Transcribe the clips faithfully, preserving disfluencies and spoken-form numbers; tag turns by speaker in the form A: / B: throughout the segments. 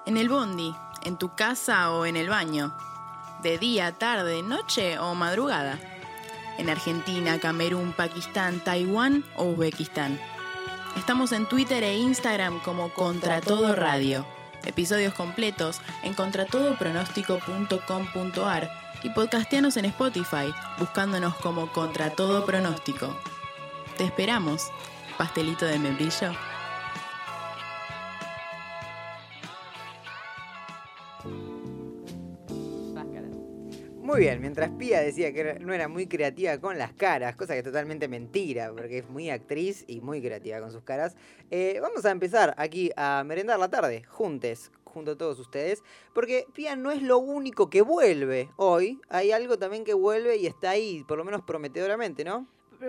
A: En el bondi, en tu casa o en el baño. De día, tarde, noche o madrugada. En Argentina, Camerún, Pakistán, Taiwán o Uzbekistán. Estamos en Twitter e Instagram como Contra Todo Radio. Episodios completos en contratodopronóstico punto com punto ar y podcasteanos en Spotify, buscándonos como Contra Todo Pronóstico. Te esperamos, pastelito de membrillo.
B: Muy bien, mientras Pía decía que no era muy creativa con las caras, cosa que es totalmente mentira, porque es muy actriz y muy creativa con sus caras, eh, vamos a empezar aquí a merendar la tarde, juntes, junto a todos ustedes, porque Pía no es lo único que vuelve hoy, hay algo también que vuelve y está ahí, por lo menos prometedoramente, ¿no?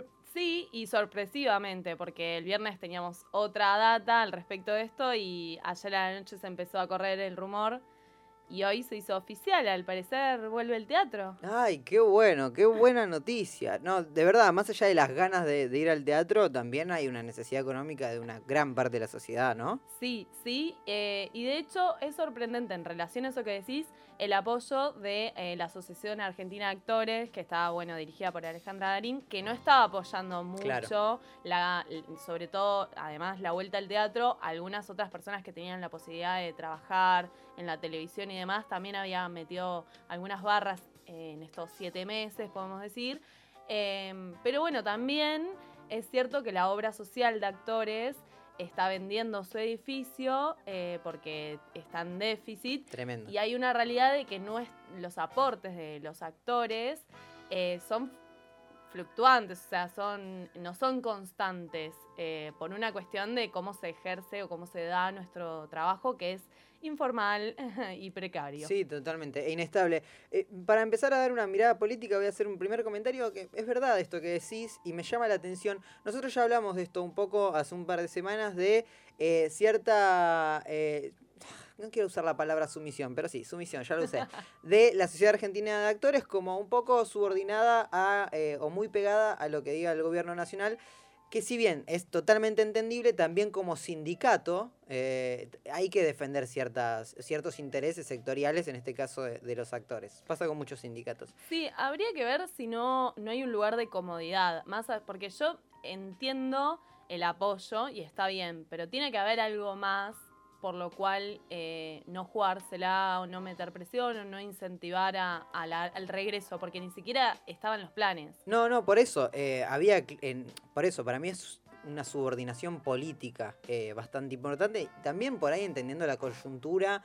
C: Sí, y sorpresivamente, porque el viernes teníamos otra data al respecto de esto y ayer a la noche se empezó a correr el rumor. Y hoy se hizo oficial, al parecer vuelve el teatro.
B: Ay, qué bueno, qué buena noticia. No, de verdad, más allá de las ganas de, de ir al teatro, también hay una necesidad económica de una gran parte de la sociedad, ¿no?
C: Sí, sí, eh, y de hecho es sorprendente en relación a eso que decís, el apoyo de eh, la Asociación Argentina de Actores, que estaba, bueno, dirigida por Alejandra Darín, que no estaba apoyando mucho, claro. la, sobre todo, además, la vuelta al teatro. Algunas otras personas que tenían la posibilidad de trabajar en la televisión y demás, también había metido algunas barras eh, en estos siete meses, podemos decir. Eh, pero bueno, también es cierto que la obra social de actores está vendiendo su edificio eh, porque está en déficit.
B: Tremendo.
C: Y hay una realidad de que no es, los aportes de los actores eh, son fluctuantes, o sea, son, no son constantes eh, por una cuestión de cómo se ejerce o cómo se da nuestro trabajo, que es informal y precario.
B: Sí, totalmente, e inestable. Eh, para empezar a dar una mirada política voy a hacer un primer comentario que es verdad esto que decís y me llama la atención. Nosotros ya hablamos de esto un poco hace un par de semanas de eh, cierta... Eh, no quiero usar la palabra sumisión, pero sí, sumisión, ya lo usé, de la Sociedad Argentina de Actores como un poco subordinada a, eh, o muy pegada a lo que diga el gobierno nacional, que si bien es totalmente entendible, también como sindicato eh, hay que defender ciertas, ciertos intereses sectoriales, en este caso de, de los actores. Pasa con muchos sindicatos.
C: Sí, habría que ver si no, no hay un lugar de comodidad, más a, porque yo entiendo el apoyo y está bien, pero tiene que haber algo más por lo cual eh, no jugársela o no meter presión o no incentivar a, a la, al regreso, porque ni siquiera estaban los planes.
B: No, no, por eso, eh, había, eh, por eso, para mí es una subordinación política eh, bastante importante, también por ahí entendiendo la coyuntura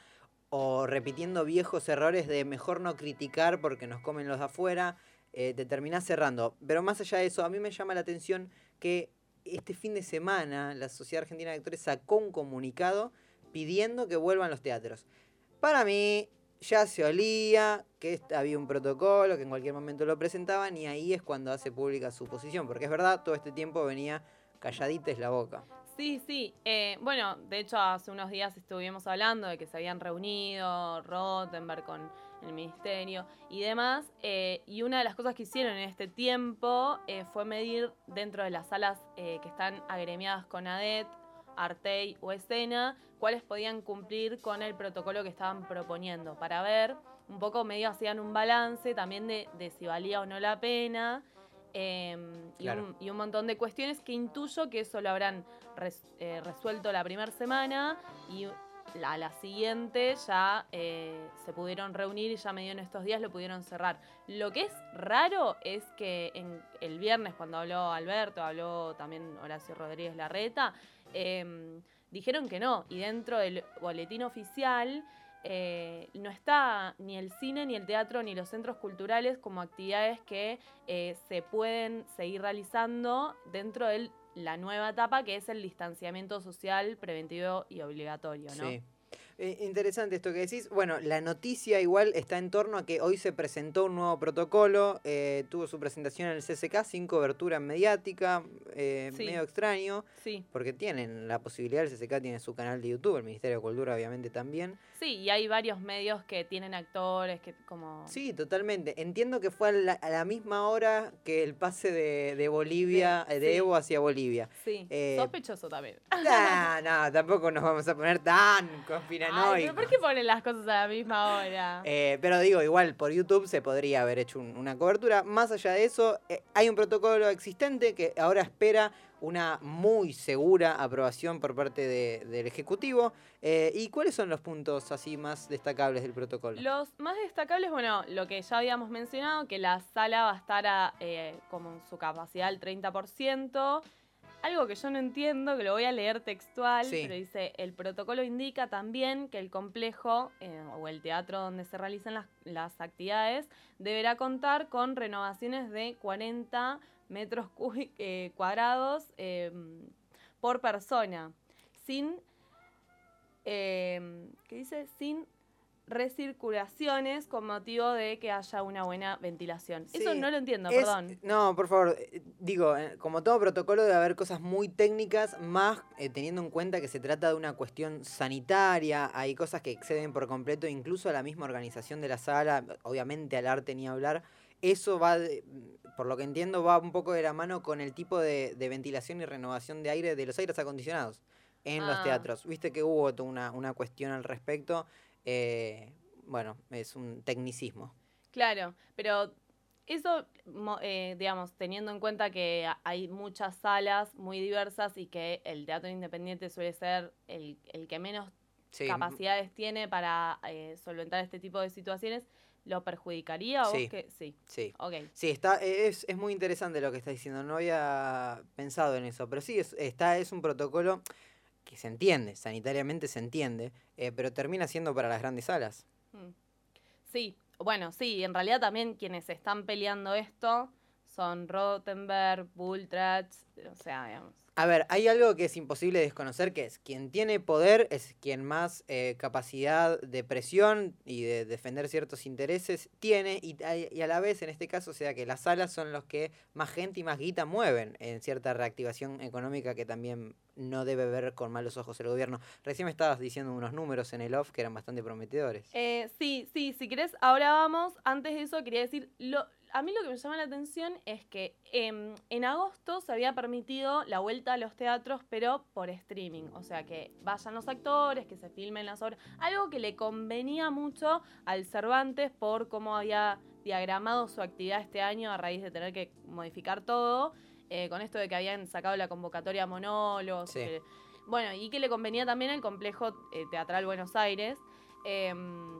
B: o repitiendo viejos errores de mejor no criticar porque nos comen los de afuera, eh, te terminás cerrando. Pero más allá de eso, a mí me llama la atención que este fin de semana la Sociedad Argentina de Actores sacó un comunicado pidiendo que vuelvan los teatros. Para mí, ya se olía que había un protocolo, que en cualquier momento lo presentaban, y ahí es cuando hace pública su posición, porque es verdad, todo este tiempo venía calladites la boca.
C: Sí, sí. Eh, bueno, de hecho, hace unos días estuvimos hablando de que se habían reunido Rottenberg con el ministerio y demás, eh, y una de las cosas que hicieron en este tiempo eh, fue medir dentro de las salas eh, que están agremiadas con ADET, Artey o Escena, cuáles podían cumplir con el protocolo que estaban proponiendo, para ver, un poco medio hacían un balance también de, de si valía o no la pena, eh, claro. y, un, y un montón de cuestiones que intuyo que eso lo habrán res, eh, resuelto la primera semana y a la siguiente ya eh, se pudieron reunir y ya medio en estos días lo pudieron cerrar. Lo que es raro es que en, el viernes cuando habló Alberto, habló también Horacio Rodríguez Larreta, Eh, dijeron que no, y dentro del boletín oficial eh, no está ni el cine, ni el teatro, ni los centros culturales como actividades que eh, se pueden seguir realizando dentro de la nueva etapa, que es el distanciamiento social preventivo y obligatorio, ¿no?
B: Sí. Eh, interesante esto que decís. Bueno, la noticia igual está en torno a que hoy se presentó un nuevo protocolo, eh, tuvo su presentación en el C S K sin cobertura mediática, eh, sí. medio extraño,
C: sí.
B: porque tienen la posibilidad, el C S K tiene su canal de YouTube, el Ministerio de Cultura obviamente también.
C: Sí, y hay varios medios que tienen actores, que como...
B: Sí, totalmente. Entiendo que fue a la, a la misma hora que el pase de, de Bolivia, de, de sí. Evo hacia Bolivia.
C: Sí, eh, sospechoso también.
B: No, no, tampoco nos vamos a poner tan confinados. conspiranoicos.
C: Ay, pero ¿por qué ponen las cosas a la misma hora?
B: Eh, pero digo, igual por YouTube se podría haber hecho un- una cobertura. Más allá de eso, eh, hay un protocolo existente que ahora espera una muy segura aprobación por parte de- del Ejecutivo. Eh, ¿Y cuáles son los puntos así más destacables del protocolo?
C: Los más destacables, bueno, lo que ya habíamos mencionado, que la sala va a estar a, eh, como en su capacidad al treinta por ciento. Algo que yo no entiendo, que lo voy a leer textual,
B: Sí.
C: pero dice, el protocolo indica también que el complejo eh, o el teatro donde se realicen las, las actividades deberá contar con renovaciones de cuarenta metros cúbi- eh, cuadrados eh, por persona, sin, eh, ¿qué dice? Sin recirculaciones con motivo de que haya una buena ventilación.
B: Sí,
C: Eso no lo entiendo,
B: es-
C: perdón.
B: No, por favor, eh, digo, eh, como todo protocolo debe haber cosas muy técnicas, más eh, teniendo en cuenta que se trata de una cuestión sanitaria, hay cosas que exceden por completo incluso a la misma organización de la sala, obviamente al arte ni hablar. Eso va, de- por lo que entiendo, va un poco de la mano con el tipo de, de ventilación y renovación de aire de los aires acondicionados en los
C: Ah.
B: teatros. Viste que hubo toda una, una cuestión al respecto. eh, bueno, es un tecnicismo.
C: Claro, pero eso, mo- eh, digamos, teniendo en cuenta que a- hay muchas salas muy diversas y que el teatro independiente suele ser el, el que menos
B: Sí,
C: capacidades tiene para eh, solventar este tipo de situaciones, ¿lo perjudicaría a vos?
B: Sí.
C: Que sí,
B: sí.
C: ok.
B: Sí, está, es, es muy interesante lo que está diciendo. No había pensado en eso, pero sí, es, está, es un protocolo que se entiende, sanitariamente se entiende, eh, pero termina siendo para las grandes salas.
C: Mm. Sí, bueno, sí, en realidad también quienes están peleando esto son Rothenberg, Bulltratz, o sea, digamos.
B: A ver, hay algo que es imposible desconocer, que es quien tiene poder es quien más eh, capacidad de presión y de defender ciertos intereses tiene, y, a- y a la vez, en este caso, o sea que las salas son los que más gente y más guita mueven en cierta reactivación económica que también no debe ver con malos ojos el gobierno. Recién me estabas diciendo unos números en el off que eran bastante prometedores.
C: Eh, sí, sí, si querés, ahora vamos. Antes de eso, quería decir, lo, a mí lo que me llama la atención es que em, en agosto se había permitido la vuelta a los teatros, pero por streaming. O sea, que vayan los actores, que se filmen las obras. Algo que le convenía mucho al Cervantes por cómo había diagramado su actividad este año a raíz de tener que modificar todo. Eh, con esto de que habían sacado la convocatoria a monólogos.
B: Sí.
C: que- bueno, y que le convenía también al Complejo eh, Teatral Buenos Aires. Em,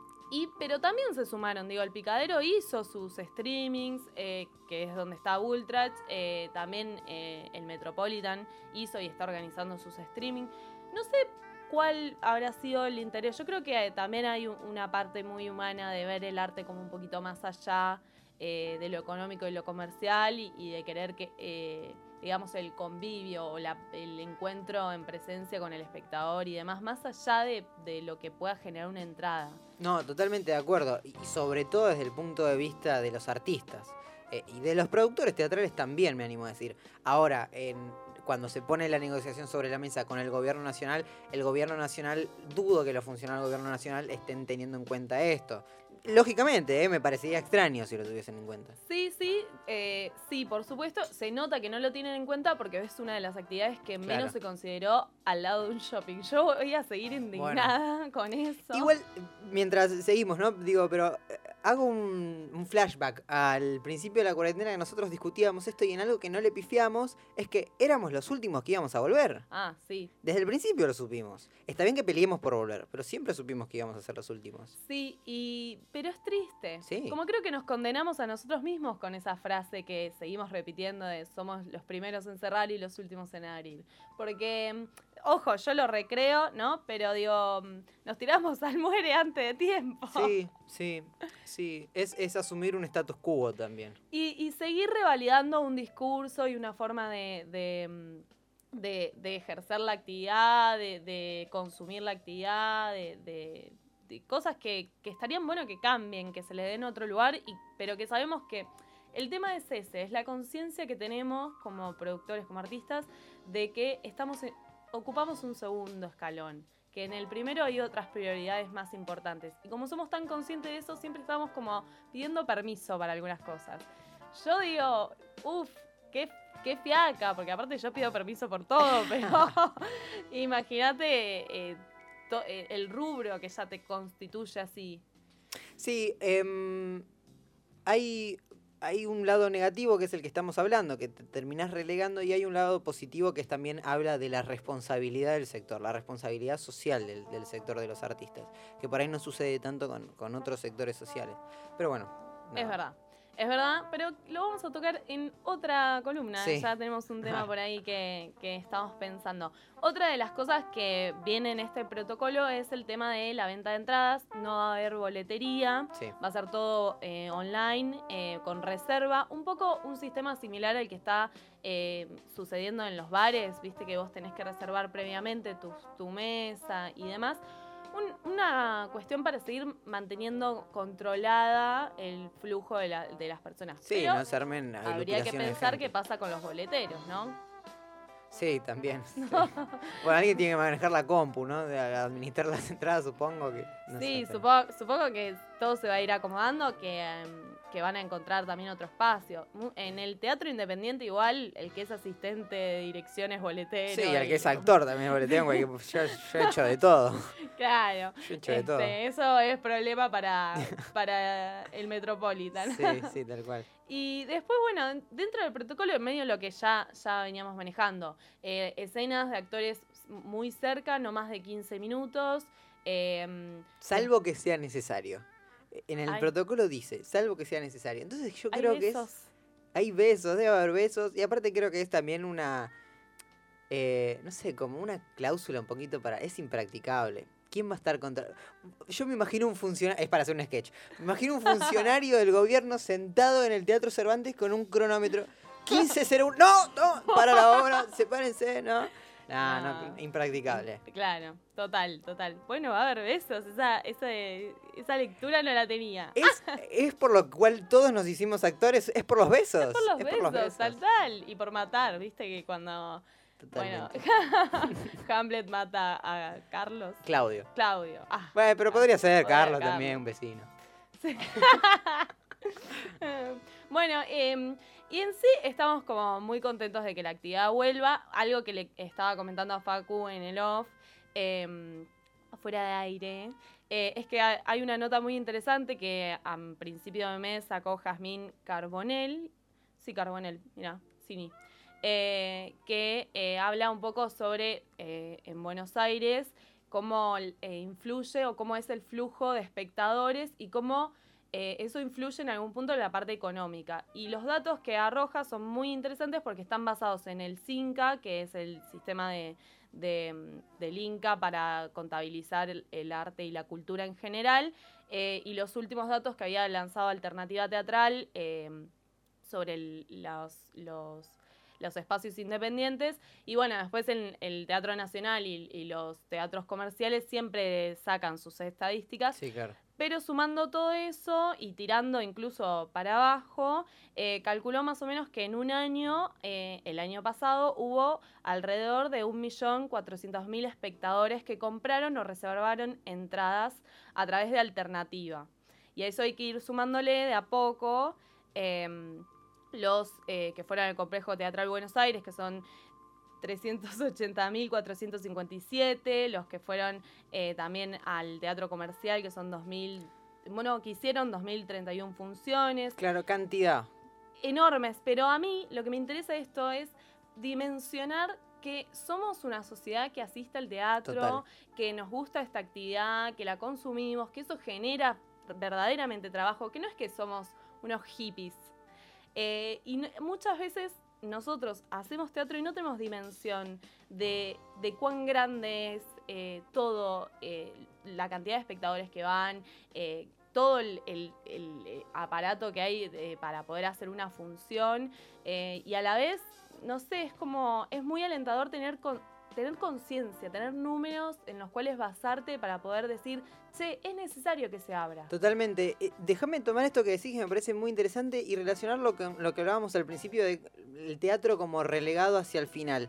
C: y, pero también se sumaron, digo, el Picadero hizo sus streamings, eh, que es donde está Ultrach, eh, también eh, el Metropolitan hizo y está organizando sus streamings. No sé cuál habrá sido el interés, yo creo que eh, también hay un- una parte muy humana de ver el arte como un poquito más allá eh, de lo económico y lo comercial y, y de querer que... eh, digamos, el convivio o la- el encuentro en presencia con el espectador y demás, más allá de, de lo que pueda generar una entrada.
B: No, totalmente de acuerdo. Y sobre todo desde el punto de vista de los artistas. Eh, y de los productores teatrales también, me animo a decir. Ahora, en, cuando se pone la negociación sobre la mesa con el gobierno nacional, el gobierno nacional, dudo que los funcionarios del gobierno nacional estén teniendo en cuenta esto. Lógicamente, eh, me parecería extraño si lo tuviesen en cuenta.
C: Sí, sí, eh, sí, por supuesto. Se nota que no lo tienen en cuenta porque es una de las actividades que
B: Claro.
C: menos se consideró al lado de un shopping. Yo voy a seguir indignada con eso.
B: Igual, mientras seguimos, ¿no? Digo, pero eh, hago un, un flashback al principio de la cuarentena que nosotros discutíamos esto y en algo que no le pifiamos es que éramos los últimos que íbamos a volver.
C: Ah, sí.
B: Desde el principio lo supimos. Está bien que peleemos por volver, pero siempre supimos que íbamos a ser los últimos.
C: Sí, y pero es triste.
B: Sí.
C: Como creo que nos condenamos a nosotros mismos con esa frase que seguimos repitiendo de somos los primeros en cerrar y los últimos en abrir. Porque, mm, ojo, yo lo recreo, ¿no? Pero digo, mm, nos tiramos al muere antes de tiempo.
B: Sí, sí, sí. Es, es asumir un status quo también.
C: Y, y seguir revalidando un discurso y una forma de, de, mm, de- de ejercer la actividad, de, de consumir la actividad, de, de- de cosas que, que estarían bueno que cambien, que se le den otro lugar, y, pero que sabemos que el tema es ese, es la conciencia que tenemos como productores, como artistas, de que estamos en- ocupamos un segundo escalón, que en el primero hay otras prioridades más importantes. Y como somos tan conscientes de eso, siempre estamos como pidiendo permiso para algunas cosas. Yo digo, uff, qué, qué fiaca, porque aparte yo pido permiso por todo, pero imagínate, eh, to- eh, el rubro que ya te constituye así.
B: Sí, em, hay, hay un lado negativo que es el que estamos hablando, que te terminás relegando, y hay un lado positivo que es también habla de la responsabilidad del sector, la responsabilidad social del, del sector de los artistas, que por ahí no sucede tanto con, con otros sectores sociales. Pero bueno.
C: Es
B: nada.
C: verdad. Es verdad, pero lo vamos a tocar en otra columna.
B: Sí.
C: Ya tenemos un tema por ahí que, que estamos pensando. Otra de las cosas que viene en este protocolo es el tema de la venta de entradas. No va a haber boletería,
B: Sí.
C: va a ser todo eh, online, eh, con reserva. Un poco un sistema similar al que está eh, sucediendo en los bares. Viste que vos tenés que reservar previamente tu, tu mesa y demás. Un, una cuestión para seguir manteniendo controlada el flujo de, la, de las personas.
B: Sí,
C: Pero
B: no se armen
C: habría que
B: aglutinaciones de
C: pensar
B: gente.
C: qué pasa con los boleteros, ¿no?
B: Sí, también. Sí. Bueno, alguien tiene que manejar la compu, ¿no? De administrar las entradas, supongo que. No
C: Sí,
B: sé, pero-
C: supongo, supongo que todo se va a ir acomodando, que, em, que van a encontrar también otro espacio. Mu- En el teatro independiente igual, el que es asistente de dirección es boletero.
B: Sí, y el
C: y-
B: que es actor también, boleteo, porque yo, yo he hecho de todo.
C: Claro.
B: Yo he hecho de todo.
C: Este, eso es problema para, para el Metropolitan.
B: Sí, sí, tal cual.
C: Y después, bueno, dentro del protocolo en medio lo que ya, ya veníamos manejando. Eh, escenas de actores muy cerca, no más de quince minutos. Eh,
B: Salvo que sea necesario. En el
C: Hay-
B: protocolo dice, salvo que sea necesario. Entonces yo
C: hay
B: creo que
C: besos.
B: es... Hay besos, debe haber besos. Y aparte creo que es también una... eh, no sé, como una cláusula un poquito para... Es impracticable. ¿Quién va a estar contra...? Yo me imagino un funcionario... Es para hacer un sketch. Me imagino un funcionario del gobierno sentado en el Teatro Cervantes con un cronómetro. quince cero uno. ¡No! ¡No! Para la obra. Sepárense, ¿no? No, no,
C: No.
B: impracticable.
C: Claro, total, total. Bueno, va a haber besos. Esa, esa, esa lectura no la tenía.
B: Es, es por lo cual todos nos hicimos actores, es por los besos.
C: Es por los,
B: es
C: besos,
B: por los besos.
C: tal, tal. Y por matar, viste que cuando...
B: Totalmente.
C: Bueno, Hamlet mata a Carlos.
B: Claudio.
C: Claudio. Ah,
B: Bueno, pero podría ser
C: Podría
B: Carlos
C: Carlos.
B: también, un vecino.
C: Bueno, eh, y en sí estamos como muy contentos de que la actividad vuelva. Algo que le estaba comentando a Facu en el off, eh, afuera de aire, eh, es que ha- hay una nota muy interesante que a principio de mes sacó Jazmín Carbonell. Sí, Carbonell, mira, Cini. Eh, que eh, habla un poco sobre eh, en Buenos Aires cómo eh, influye o cómo es el flujo de espectadores y cómo eh, eso influye en algún punto en la parte económica. Y los datos que arroja son muy interesantes porque están basados en el CINCA, que es el sistema de, de, del Inca para contabilizar el, el arte y la cultura en general, eh, y los últimos datos que había lanzado Alternativa Teatral eh, sobre el- los... los los espacios independientes. Y bueno, después el, el Teatro Nacional y, y los teatros comerciales siempre sacan sus estadísticas.
B: Sí, claro.
C: Pero sumando todo eso y tirando incluso para abajo, eh, calculó más o menos que en un año, eh, el año pasado, hubo alrededor de un millón cuatrocientos mil espectadores que compraron o reservaron entradas a través de Alternativa. Y a eso hay que ir sumándole de a poco eh, los eh, que fueron al Complejo Teatral Buenos Aires, que son trescientos ochenta mil cuatrocientos cincuenta y siete, los que fueron eh, también al Teatro Comercial, que son dos mil, bueno, que hicieron dos mil treinta y una funciones,
B: Claro, cantidad.
C: enormes, pero a mí lo que me interesa de esto es dimensionar que somos una sociedad que asiste al teatro,
B: Total.
C: que nos gusta esta actividad, que la consumimos, que eso genera verdaderamente trabajo, que no es que somos unos hippies. Eh, y no- muchas veces nosotros hacemos teatro y no tenemos dimensión de, de cuán grande es eh, todo, eh, la cantidad de espectadores que van, eh, todo el, el- el, eh, aparato que hay eh, para poder hacer una función, eh, y a la vez, no sé, es como, es muy alentador tener con- tener conciencia, tener números en los cuales basarte para poder decir, che, es necesario que se abra.
B: Totalmente. Eh, déjame tomar esto que decís, que me parece muy interesante, y relacionarlo con lo que hablábamos al principio del teatro como relegado hacia el final.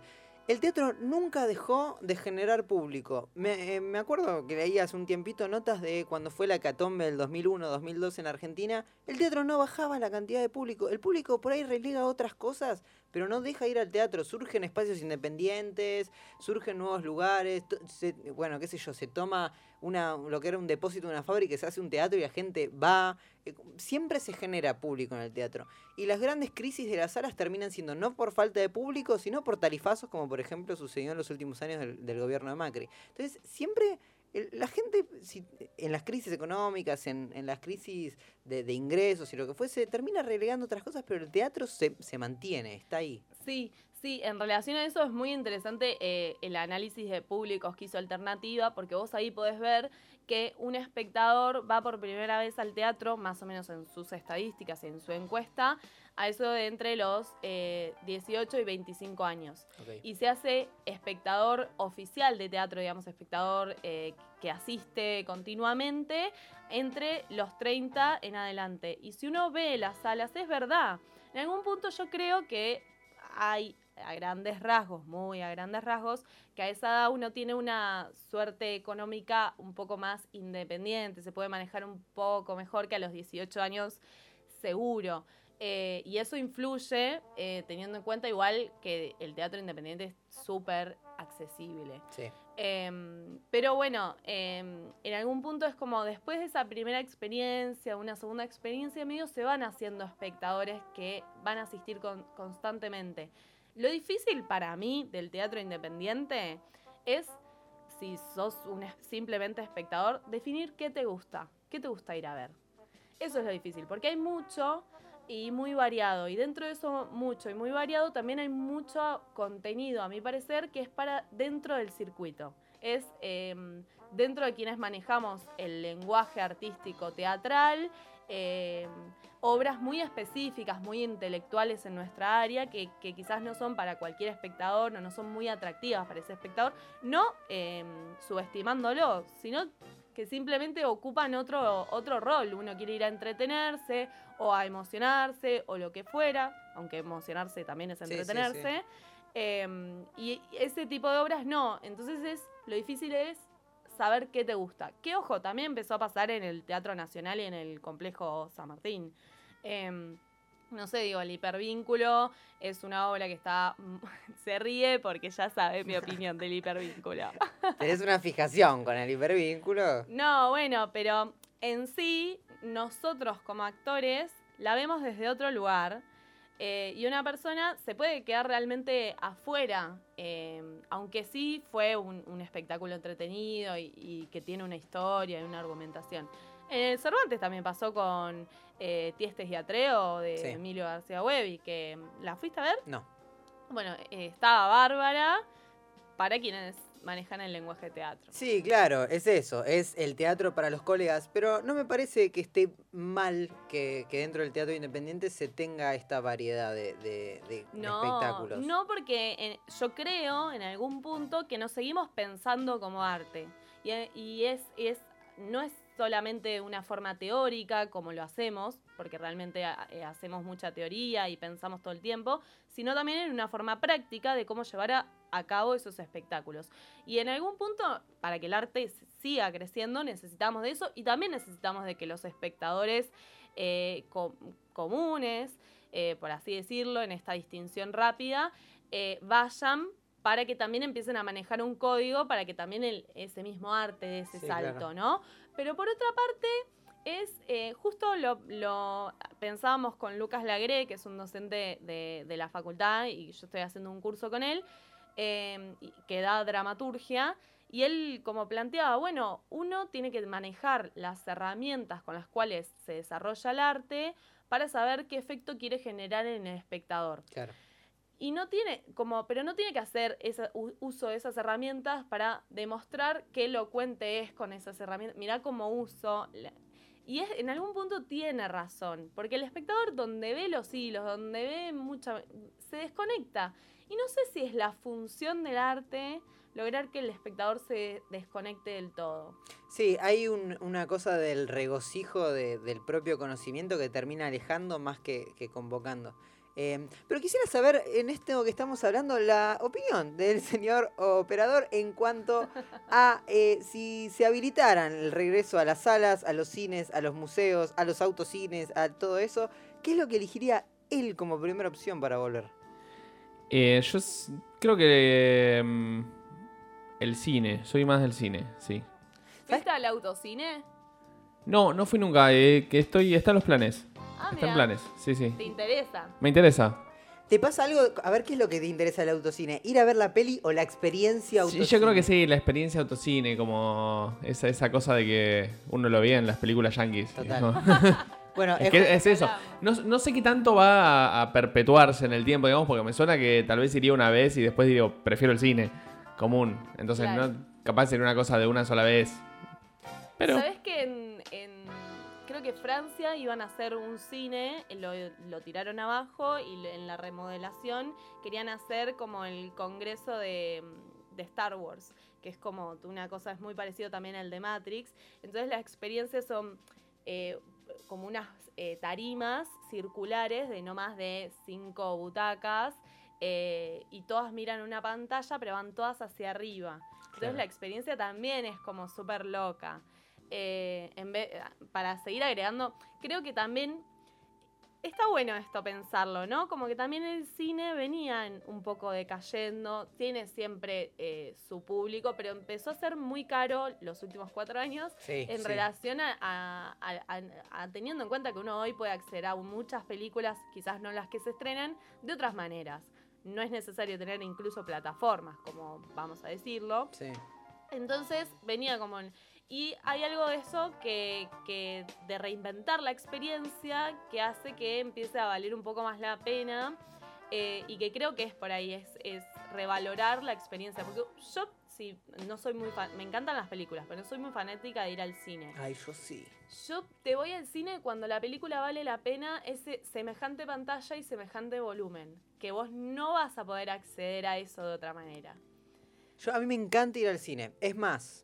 B: el teatro nunca dejó de generar público. Me, eh, me acuerdo que leí hace un tiempito notas de cuando fue la hecatombe del dos mil uno, dos mil dos en Argentina. El teatro no bajaba la cantidad de público. El público por ahí relega otras cosas, pero no deja ir al teatro. Surgen espacios independientes, surgen nuevos lugares. Se, bueno, qué sé yo, se toma una, lo que era un depósito de una fábrica, se hace un teatro y la gente va. Siempre se genera público en el teatro. Y las grandes crisis de las salas terminan siendo no por falta de público, sino por tarifazos, como por ejemplo sucedió en los últimos años del, del gobierno de Macri. Entonces, siempre el, la gente, si, en las crisis económicas, en, en las crisis de, de ingresos y lo que fuese, termina relegando otras cosas, pero el teatro se, se mantiene, está ahí.
C: Sí, sí, en relación a eso es muy interesante eh, el análisis de públicos que hizo Alternativa, porque vos ahí podés ver que un espectador va por primera vez al teatro, más o menos en sus estadísticas, en su encuesta, a eso de entre los eh, dieciocho y veinticinco años. Okay. Y se hace espectador oficial de teatro, digamos, espectador eh, que asiste continuamente entre los treinta en adelante. Y si uno ve las salas, es verdad. En algún punto yo creo que hay, a grandes rasgos, muy a grandes rasgos, que a esa edad uno tiene una suerte económica un poco más independiente, se puede manejar un poco mejor que a los dieciocho años seguro. Eh, y eso influye, eh, teniendo en cuenta igual que el teatro independiente es súper accesible.
B: Sí.
C: Eh, pero bueno, eh, en algún punto es como después de esa primera experiencia, una segunda experiencia, medio se van haciendo espectadores que van a asistir con, constantemente. Lo difícil para mí del teatro independiente es, si sos un simplemente espectador, definir qué te gusta, qué te gusta ir a ver. Eso es lo difícil, porque hay mucho y muy variado, y dentro de eso mucho y muy variado también hay mucho contenido, a mi parecer, que es para dentro del circuito. Es eh, dentro de quienes manejamos el lenguaje artístico teatral, eh, obras muy específicas, muy intelectuales en nuestra área, que, que quizás no son para cualquier espectador, o no son muy atractivas para ese espectador, no eh, subestimándolo, sino que simplemente ocupan otro, otro rol. Uno quiere ir a entretenerse o a emocionarse o lo que fuera, aunque emocionarse también es entretenerse. Sí, sí, sí. Eh, y ese tipo de obras no. Entonces es, lo difícil es saber qué te gusta. Que ojo, también empezó a pasar en el Teatro Nacional y en el Complejo San Martín. Eh, No sé, digo, el hipervínculo es una obra que está... Se ríe porque ya sabe mi opinión del hipervínculo.
B: ¿Tenés una fijación con el hipervínculo?
C: No, bueno, pero en sí, nosotros como actores la vemos desde otro lugar eh, y una persona se puede quedar realmente afuera, eh, aunque sí fue un, un espectáculo entretenido y, y que tiene una historia y una argumentación. En el Cervantes también pasó con eh, Tiestes y Atreo de sí. Emilio García Huevi, que ¿la fuiste a ver?
B: No.
C: Bueno, eh, estaba bárbara para quienes manejan el lenguaje de teatro.
B: Sí, claro, es eso, es el teatro para los colegas, pero no me parece que esté mal que, que dentro del teatro independiente se tenga esta variedad de, de, de
C: no,
B: espectáculos.
C: No, porque en, yo creo en algún punto que nos seguimos pensando como arte y, y es, es no es solamente una forma teórica como lo hacemos, porque realmente eh, hacemos mucha teoría y pensamos todo el tiempo, sino también en una forma práctica de cómo llevar a, a cabo esos espectáculos. Y en algún punto, para que el arte siga creciendo, necesitamos de eso y también necesitamos de que los espectadores eh, com- comunes, eh, por así decirlo, en esta distinción rápida, eh, vayan para que también empiecen a manejar un código, para que también el, ese mismo arte de ese sí, salto, claro. ¿no? Pero por otra parte, es eh, justo lo, lo pensábamos con Lucas Lagré, que es un docente de, de la facultad, y yo estoy haciendo un curso con él, eh, que da dramaturgia, y él como planteaba, bueno, uno tiene que manejar las herramientas con las cuales se desarrolla el arte para saber qué efecto quiere generar en el espectador.
B: Claro.
C: Y no tiene, como, pero no tiene que hacer ese uso de esas herramientas para demostrar qué elocuente es con esas herramientas. Mirá cómo uso. La... Y es, en algún punto tiene razón, porque el espectador donde ve los hilos, donde ve mucha, se desconecta. Y no sé si es la función del arte lograr que el espectador se desconecte del todo.
B: Sí, hay un, una cosa del regocijo de, del propio conocimiento que termina alejando más que, que convocando. Eh, pero quisiera saber, en esto que estamos hablando, la opinión del señor operador en cuanto a eh, si se habilitaran el regreso a las salas, a los cines, a los museos, a los autocines, a todo eso, ¿qué es lo que elegiría él como primera opción para volver?
D: Eh, yo s- creo que mm, el cine, soy más del cine, sí.
C: ¿Fuiste al autocine?
D: No, no fui nunca, eh, que estoy, está en los planes.
C: Ah,
D: Está en
C: mira.
D: planes, sí, sí.
C: ¿Te interesa?
D: Me interesa.
B: ¿Te pasa algo? A ver, ¿qué es lo que te interesa del autocine? ¿Ir a ver la peli o la experiencia
D: Sí,
B: autocine?
D: yo creo que sí, la experiencia autocine, como esa, esa cosa de que uno lo veía en las películas yankees.
B: Total.
D: ¿no?
B: Bueno,
D: Es
B: es-
D: que es eso. No, no sé qué tanto va a, a perpetuarse en el tiempo, digamos, porque me suena que tal vez iría una vez y después digo, prefiero el cine común. Entonces,
C: Claro.
D: no capaz sería una cosa de una sola vez. Pero
C: ¿Sabés que en, en- creo que Francia iban a hacer un cine, lo, lo tiraron abajo y le- en la remodelación querían hacer como el congreso de, de Star Wars, que es como una cosa, es muy parecido también al de Matrix. Entonces las experiencias son eh, como unas eh, tarimas circulares de no más de cinco butacas eh, y todas miran una pantalla, pero van todas hacia arriba. Entonces
B: Claro.
C: la experiencia también es como súper loca. Eh, en vez, para seguir agregando, creo que también está bueno esto pensarlo, ¿no? Como que también el cine venía en- un poco decayendo, tiene siempre eh, su público, pero empezó a ser muy caro los últimos cuatro años
B: Sí,
C: en
B: sí.
C: relación a, a- a- a- a- teniendo en cuenta que uno hoy puede acceder a muchas películas, quizás no las que se estrenan, de otras maneras. No es necesario tener incluso plataformas, como vamos a decirlo.
B: Sí.
C: Entonces venía como... en- y hay algo de eso que, que de reinventar la experiencia que hace que empiece a valer un poco más la pena eh, y que creo que es por ahí, es, es revalorar la experiencia. Porque yo sí, no soy muy fan, me encantan las películas, pero no soy muy fanática de ir al cine.
B: Ay, yo sí.
C: Yo te voy al cine cuando la película vale la pena ese semejante pantalla y semejante volumen, que vos no vas a poder acceder a eso de otra manera.
B: Yo, a mí me encanta ir al cine. Es más,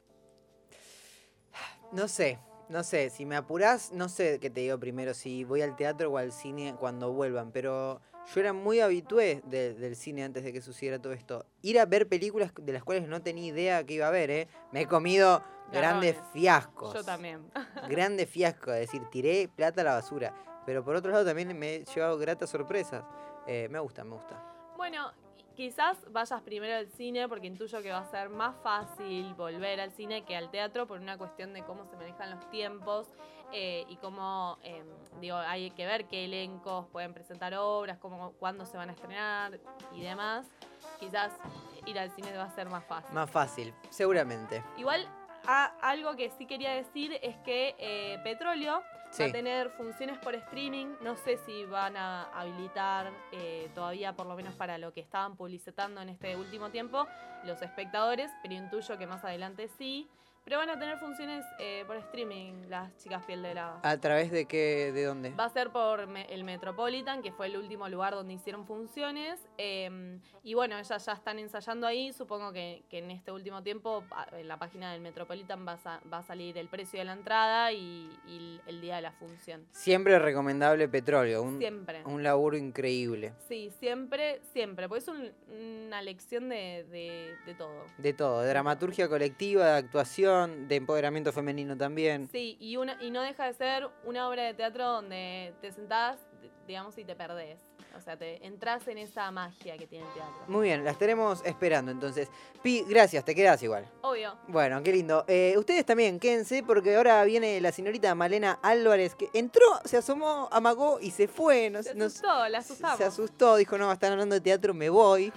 B: no sé, no sé, si me apurás, no sé qué te digo primero, si voy al teatro o al cine cuando vuelvan, pero yo era muy habitué de- del cine antes de que sucediera todo esto. Ir a ver películas de las cuales no tenía idea que iba a ver, ¿eh? Me he comido grandes
C: Garrones.
B: fiascos.
C: Yo también.
B: Grandes fiascos, es decir, tiré plata a la basura. Pero por otro lado también me he llevado gratas sorpresas. Eh, me gusta, me gusta.
C: Bueno, quizás vayas primero al cine porque intuyo que va a ser más fácil volver al cine que al teatro por una cuestión de cómo se manejan los tiempos eh, y cómo, eh, digo, hay que ver qué elencos pueden presentar obras, cómo, cuándo se van a estrenar y demás. Quizás ir al cine va a ser más fácil.
B: Más fácil, seguramente.
C: Igual, a- algo que sí quería decir es que eh, Petróleo
B: Sí.
C: va a tener funciones por streaming. No sé si van a habilitar eh, todavía, por lo menos para lo que estaban publicitando en este último tiempo, los espectadores, pero intuyo que más adelante sí. Pero van a tener funciones eh, por streaming las chicas Piel de Lava.
B: ¿A través de qué? ¿De dónde?
C: Va a ser por me- el Metropolitan, que fue el último lugar donde hicieron funciones. eh, y bueno, ellas ya están ensayando ahí. Supongo que, que en este último tiempo, pa- en la página del Metropolitan va a, sa- va a salir el precio de la entrada y, y el día de la función.
B: Siempre recomendable Petróleo. Un,
C: Siempre.
B: un laburo increíble.
C: Sí, siempre, siempre. Porque es un- una lección de, de- de todo.
B: De todo. De dramaturgia colectiva, de actuación, de empoderamiento femenino también.
C: Sí, y, una, y no deja de ser una obra de teatro donde te sentás, d- digamos, y te perdés. O sea, te entras en esa magia que tiene el teatro.
B: Muy bien, la estaremos esperando entonces. Pi, gracias, te quedás igual.
C: Obvio.
B: Bueno, qué lindo. Eh, ustedes también, quédense porque ahora viene la señorita Malena Álvarez que entró, se asomó, amagó y se fue. Nos,
C: Se
B: nos-
C: asustó, la asustamos.
B: Se asustó, dijo, no, están hablando de teatro, me voy.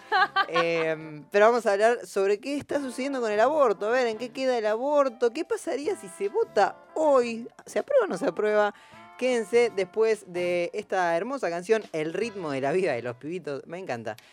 B: Eh, pero vamos a hablar sobre qué está sucediendo con el aborto. A ver, ¿en qué queda el aborto? ¿Qué pasaría si se vota hoy? ¿Se aprueba o no se aprueba? Quédense después de esta hermosa canción, El ritmo de la vida de los pibitos. Me encanta.